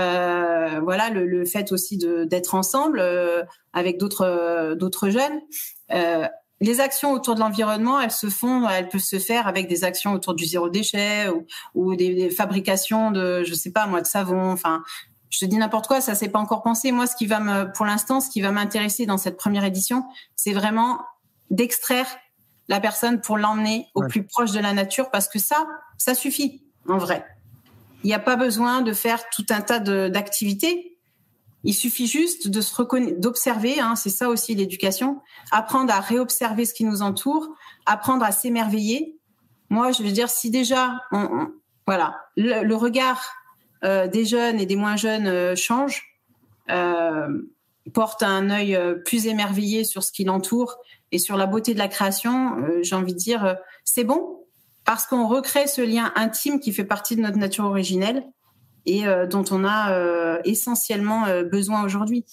Euh, voilà le, le fait aussi de d'être ensemble euh, avec d'autres euh, d'autres jeunes. Euh, les actions autour de l'environnement, elles se font, elles peuvent se faire avec des actions autour du zéro déchet ou, ou des, des fabrications de, je sais pas moi, de savon. Enfin, je te dis n'importe quoi, ça s'est pas encore pensé. Moi, ce qui va me, pour l'instant, ce qui va m'intéresser dans cette première édition, c'est vraiment d'extraire la personne pour l'emmener au ouais. plus proche de la nature, parce que ça, ça suffit en vrai. Il n'y a pas besoin de faire tout un tas de, d'activités. Il suffit juste de se reconna- d'observer, hein, c'est ça aussi l'éducation, apprendre à réobserver ce qui nous entoure, apprendre à s'émerveiller. Moi, je veux dire, si déjà, on, on, voilà, le, le regard euh, des jeunes et des moins jeunes euh, change, euh, porte un œil euh, plus émerveillé sur ce qui l'entoure et sur la beauté de la création, euh, j'ai envie de dire, euh, c'est bon. Parce qu'on recrée ce lien intime qui fait partie de notre nature originelle et euh, dont on a euh, essentiellement euh, besoin aujourd'hui.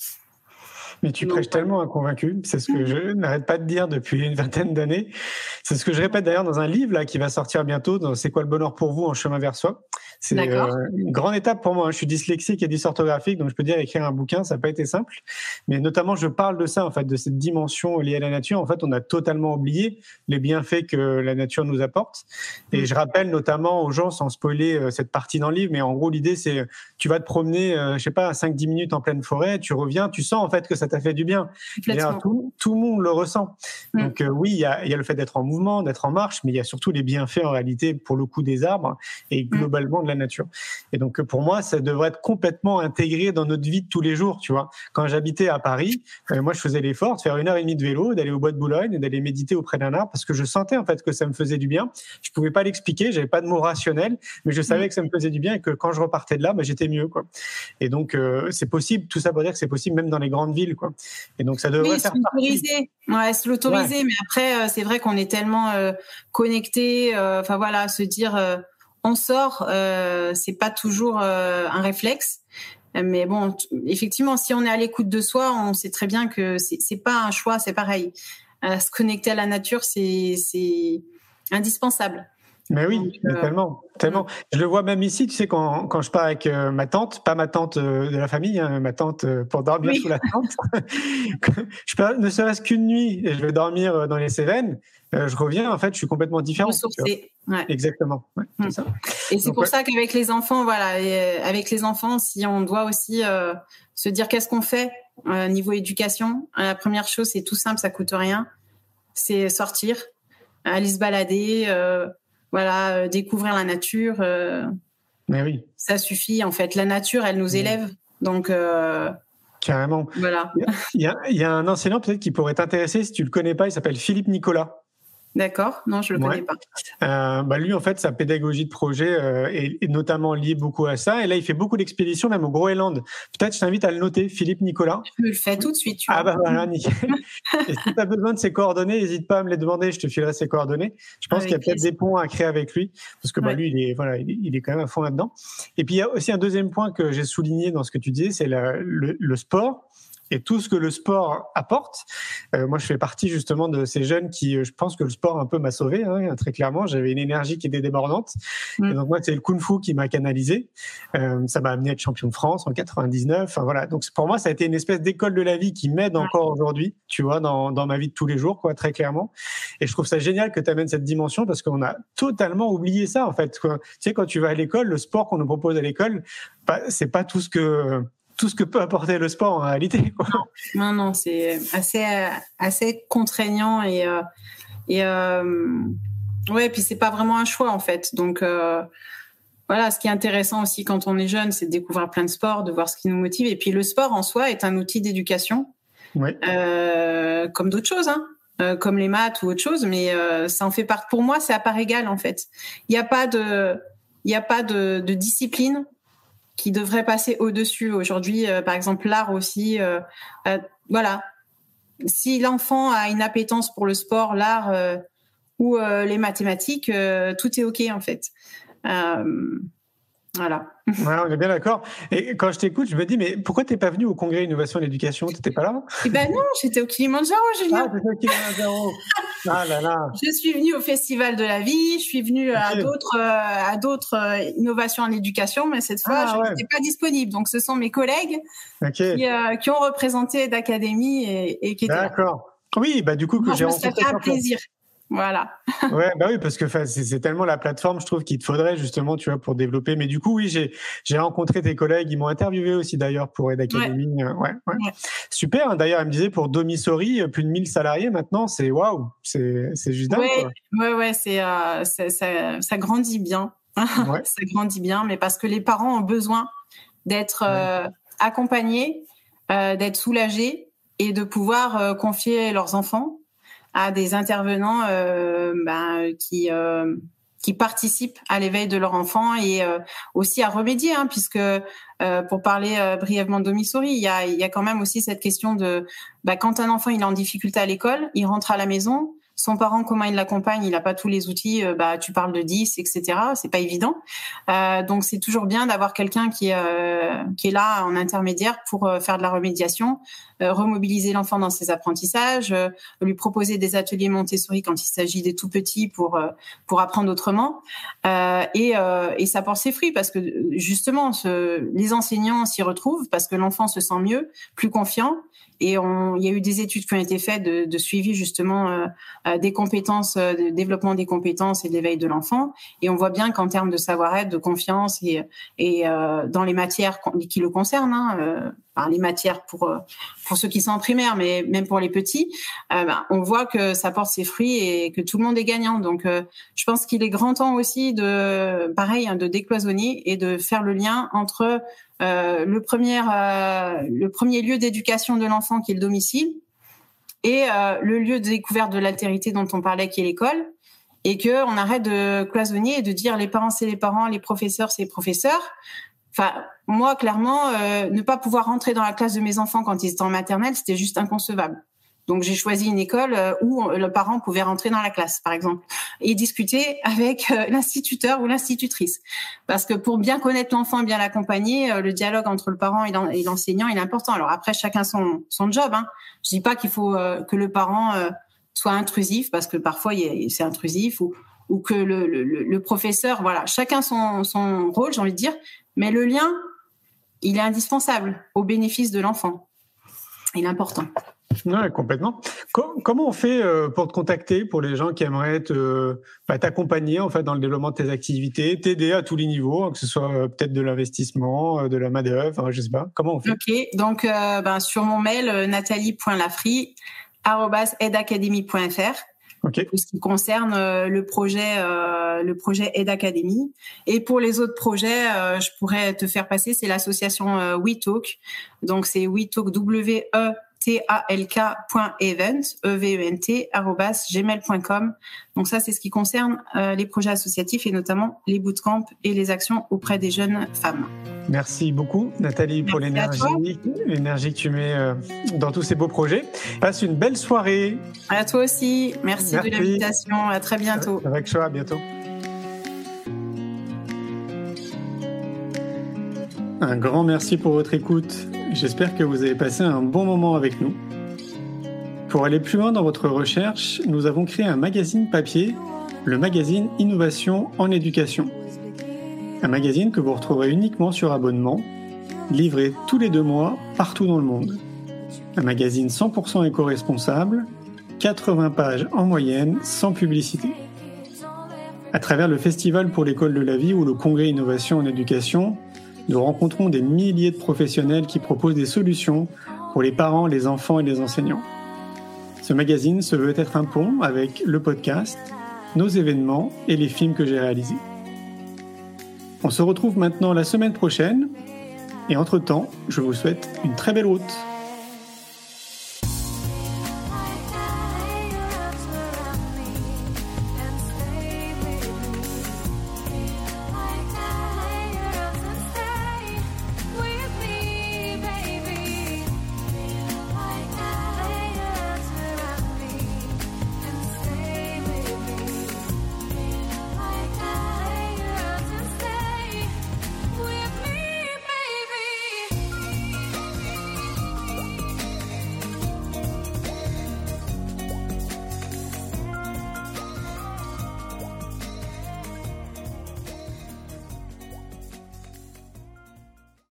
Mais tu prêches tellement un convaincu, c'est ce que je n'arrête pas de dire depuis une vingtaine d'années. C'est ce que je répète d'ailleurs dans un livre là qui va sortir bientôt, dans C'est quoi le bonheur pour vous en chemin vers soi. C'est euh, une grande étape pour moi. Hein. Je suis dyslexique et dysorthographique, donc je peux dire écrire un bouquin, ça n'a pas été simple. Mais notamment, je parle de ça en fait, de cette dimension liée à la nature. En fait, on a totalement oublié les bienfaits que la nature nous apporte. Et je rappelle notamment aux gens, sans spoiler euh, cette partie dans le livre, mais en gros l'idée c'est, tu vas te promener, euh, je sais pas, cinq dix minutes en pleine forêt, tu reviens, tu sens en fait que ça t'a fait du bien. Là, tout, tout le monde le ressent. Mmh. Donc euh, oui, il y a, y a le fait d'être en mouvement, d'être en marche, mais il y a surtout les bienfaits en réalité pour le coup des arbres et globalement mmh. de la nature. Et donc pour moi, ça devrait être complètement intégré dans notre vie de tous les jours. Tu vois, quand j'habitais à Paris, euh, moi je faisais l'effort de faire une heure et demie de vélo, d'aller au bois de Boulogne, et d'aller méditer auprès d'un arbre parce que je sentais en fait que ça me faisait du bien. Je pouvais pas l'expliquer, j'avais pas de mots rationnels, mais je savais mmh. que ça me faisait du bien et que quand je repartais de là, bah, j'étais mieux, quoi. Et donc euh, c'est possible. Tout ça pour dire que c'est possible même dans les grandes villes, quoi. Et donc ça devrait oui, faire partie. Ouais, se l'autoriser. Ouais. Mais après, euh, c'est vrai qu'on est tellement euh, connectés. Enfin euh, voilà, se dire euh, on sort, euh, c'est pas toujours euh, un réflexe. Mais bon, t- effectivement, si on est à l'écoute de soi, on sait très bien que c'est, c'est pas un choix, c'est pareil. Euh, se connecter à la nature, c'est, c'est indispensable. Mais oui, Donc, mais euh, tellement, tellement. Je le vois même ici, tu sais, quand, quand je pars avec euh, ma tante, pas ma tante euh, de la famille, hein, ma tante euh, pour dormir Oui. sous la tente. Je peux, ne serait-ce qu'une nuit, et je vais dormir euh, dans les Cévennes, euh, je reviens, en fait, je suis complètement différent. tu vois. ressourcés. Ouais. Exactement, ouais, c'est Mm. ça. Et c'est Donc, pour ouais. ça qu'avec les enfants, voilà, et, euh, avec les enfants, si on doit aussi euh, se dire qu'est-ce qu'on fait euh, niveau éducation, euh, la première chose, c'est tout simple, ça coûte rien, c'est sortir, aller se balader, euh, voilà, euh, découvrir la nature. Euh, Mais oui, ça suffit, en fait. La nature, elle nous Mm. élève. Donc, euh, carrément. voilà. Il y a, il y a un enseignant peut-être qui pourrait t'intéresser, si tu le connais pas, il s'appelle Philippe Nicolas. D'accord? Non, je le Ouais. connais pas. Euh, bah lui, en fait, sa pédagogie de projet euh, est, est notamment liée beaucoup à ça. Et là, il fait beaucoup d'expéditions, même au Groenland. Peut-être, je t'invite à le noter, Philippe Nicolas. Je le fais tout de suite, tu Ah vois. bah voilà, nickel. Et si tu as besoin de ses coordonnées, n'hésite pas à me les demander, je te filerai ses coordonnées. Je pense Avec qu'il y a peut-être plaisir. des ponts à créer avec lui, parce que bah, Ouais. lui, il est, voilà, il est, il est quand même à fond là-dedans. Et puis, il y a aussi un deuxième point que j'ai souligné dans ce que tu disais, c'est la- le, le sport. Et tout ce que le sport apporte. Euh, moi, je fais partie justement de ces jeunes qui, euh, je pense que le sport un peu m'a sauvé, hein, très clairement. J'avais une énergie qui était débordante. Mm. Et donc moi, c'est le kung-fu qui m'a canalisé. Euh, ça m'a amené à être champion de France en quatre-vingt-dix-neuf. Enfin voilà. Donc pour moi, ça a été une espèce d'école de la vie qui m'aide encore aujourd'hui, tu vois, dans, dans ma vie de tous les jours, quoi, très clairement. Et je trouve ça génial que tu amènes cette dimension parce qu'on a totalement oublié ça, en fait. Quoi. Tu sais, quand tu vas à l'école, le sport qu'on nous propose à l'école, bah, c'est pas tout ce que tout ce que peut apporter le sport en réalité, quoi. Non, non, c'est assez, assez contraignant et, euh, et euh, ouais, puis c'est pas vraiment un choix en fait. Donc euh, voilà, ce qui est intéressant aussi quand on est jeune, c'est de découvrir plein de sports, de voir ce qui nous motive. Et puis le sport en soi est un outil d'éducation, Ouais. euh, comme d'autres choses, hein, euh, comme les maths ou autre chose, mais euh, ça en fait partie. Pour moi, c'est à part égale en fait. Il n'y a pas de, il y a pas de, de discipline qui devrait passer au-dessus. Aujourd'hui, euh, par exemple, l'art aussi. Euh, euh, voilà. Si l'enfant a une appétence pour le sport, l'art euh, ou euh, les mathématiques, euh, tout est OK, en fait. Euh, voilà. Ouais, on est bien d'accord. Et quand je t'écoute, je me dis, mais pourquoi t'es pas venu au congrès Innovation et Éducation? T'étais pas là? Eh ben non, j'étais au Kilimandjaro, Julien. Ah, c'est ça, Kilimandjaro. Ah là là. Je suis venue au Festival de la vie, je suis venue à Ok. d'autres, euh, à d'autres euh, innovations en éducation, mais cette fois, Ah, je ouais. n'étais pas disponible. Donc, ce sont mes collègues Ok. qui, euh, qui ont représenté d'académie et, et qui étaient là. D'accord. Oui, bah du coup que Moi, j'ai je me serais rencontré. fait un sur place. plaisir. Voilà. Ouais, bah oui, parce que enfin, c'est, c'est tellement la plateforme, je trouve, qu'il te faudrait justement, tu vois, pour développer. Mais du coup, oui, j'ai j'ai rencontré tes collègues, ils m'ont interviewé aussi d'ailleurs pour Aide Academy. Euh, ouais, ouais. Ouais. Super. Hein, d'ailleurs, ils me disaient pour Domisori, plus de mille salariés maintenant, c'est waouh, c'est c'est juste dingue. Ouais, Quoi. ouais, ouais, c'est, euh, c'est- ça, ça grandit bien. Ouais. Ça grandit bien, mais parce que les parents ont besoin d'être euh, accompagnés, euh, d'être soulagés et de pouvoir euh, confier leurs enfants à des intervenants euh, ben, qui euh, qui participent à l'éveil de leur enfant et euh, aussi à remédier, hein, puisque euh, pour parler euh, brièvement de Domisori, il y a, il y a quand même aussi cette question de bah, quand un enfant il est en difficulté à l'école, il rentre à la maison, son parent comment il l'accompagne, il n'a pas tous les outils, euh, bah tu parles de dix, et cetera. C'est pas évident, euh, donc c'est toujours bien d'avoir quelqu'un qui euh, qui est là en intermédiaire pour euh, faire de la remédiation, euh, remobiliser l'enfant dans ses apprentissages, euh, lui proposer des ateliers Montessori quand il s'agit des tout petits pour euh, pour apprendre autrement, euh, et euh, et ça porte ses fruits parce que justement ce, les enseignants s'y retrouvent parce que l'enfant se sent mieux, plus confiant. Et on, il y a eu des études qui ont été faites de, de suivi justement euh, euh, des compétences, euh, de développement des compétences et de l'éveil de l'enfant. Et on voit bien qu'en termes de savoir-être, de confiance et, et euh, dans les matières qui le concernent, hein, euh, enfin, les matières pour pour ceux qui sont en primaire, mais même pour les petits, euh, ben, on voit que ça porte ses fruits et que tout le monde est gagnant. Donc, euh, je pense qu'il est grand temps aussi de, pareil, hein, de décloisonner et de faire le lien entre Euh, le premier euh, le premier lieu d'éducation de l'enfant qui est le domicile et euh, le lieu de découverte de l'altérité dont on parlait qui est l'école, et que on arrête de cloisonner et de dire les parents c'est les parents, les professeurs c'est les professeurs. Enfin, moi clairement euh, ne pas pouvoir rentrer dans la classe de mes enfants quand ils étaient en maternelle, c'était juste inconcevable. Donc, j'ai choisi une école où le parent pouvait rentrer dans la classe, par exemple, et discuter avec l'instituteur ou l'institutrice. Parce que pour bien connaître l'enfant et bien l'accompagner, le dialogue entre le parent et l'enseignant, il est important. Alors après, chacun son, son job, hein. Je dis pas qu'il faut que le parent soit intrusif, parce que parfois, c'est intrusif, ou, ou que le, le, le professeur, voilà, chacun son, son rôle, j'ai envie de dire, mais le lien, il est indispensable au bénéfice de l'enfant. Il est important. Ouais, complètement. Com- comment on fait euh, pour te contacter, pour les gens qui aimeraient te, bah, t'accompagner en fait dans le développement de tes activités, t'aider à tous les niveaux, hein, que ce soit euh, peut-être de l'investissement, euh, de la main d'œuvre, je sais pas. Comment on fait? Ok, donc euh, ben, sur mon mail euh, nathalie point lafrie arobase aidacademy point f r. Okay. Pour ce qui concerne euh, le projet, euh, le projet Aide Academy. Et pour les autres projets, euh, je pourrais te faire passer, c'est l'association euh, WeTalk. Donc c'est WeTalk W E T A L K point event E V E N T arobase gmail point com. Donc ça, c'est ce qui concerne euh, les projets associatifs et notamment les bootcamps et les actions auprès des jeunes femmes. Merci beaucoup, Nathalie, pour Merci l'énergie, l'énergie que tu mets euh, dans tous ces beaux projets. Passe une belle soirée. À toi aussi. Merci, Merci. de l'invitation. À très bientôt. Avec joie, à bientôt. Un grand merci pour votre écoute. J'espère que vous avez passé un bon moment avec nous. Pour aller plus loin dans votre recherche, nous avons créé un magazine papier, le magazine Innovation en éducation. Un magazine que vous retrouverez uniquement sur abonnement, livré tous les deux mois partout dans le monde. Un magazine cent pour cent éco-responsable, quatre-vingts pages en moyenne, sans publicité. À travers le Festival pour l'école de la vie ou le Congrès Innovation en éducation, nous rencontrons des milliers de professionnels qui proposent des solutions pour les parents, les enfants et les enseignants. Ce magazine se veut être un pont avec le podcast, nos événements et les films que j'ai réalisés. On se retrouve maintenant la semaine prochaine et entre-temps, je vous souhaite une très belle route.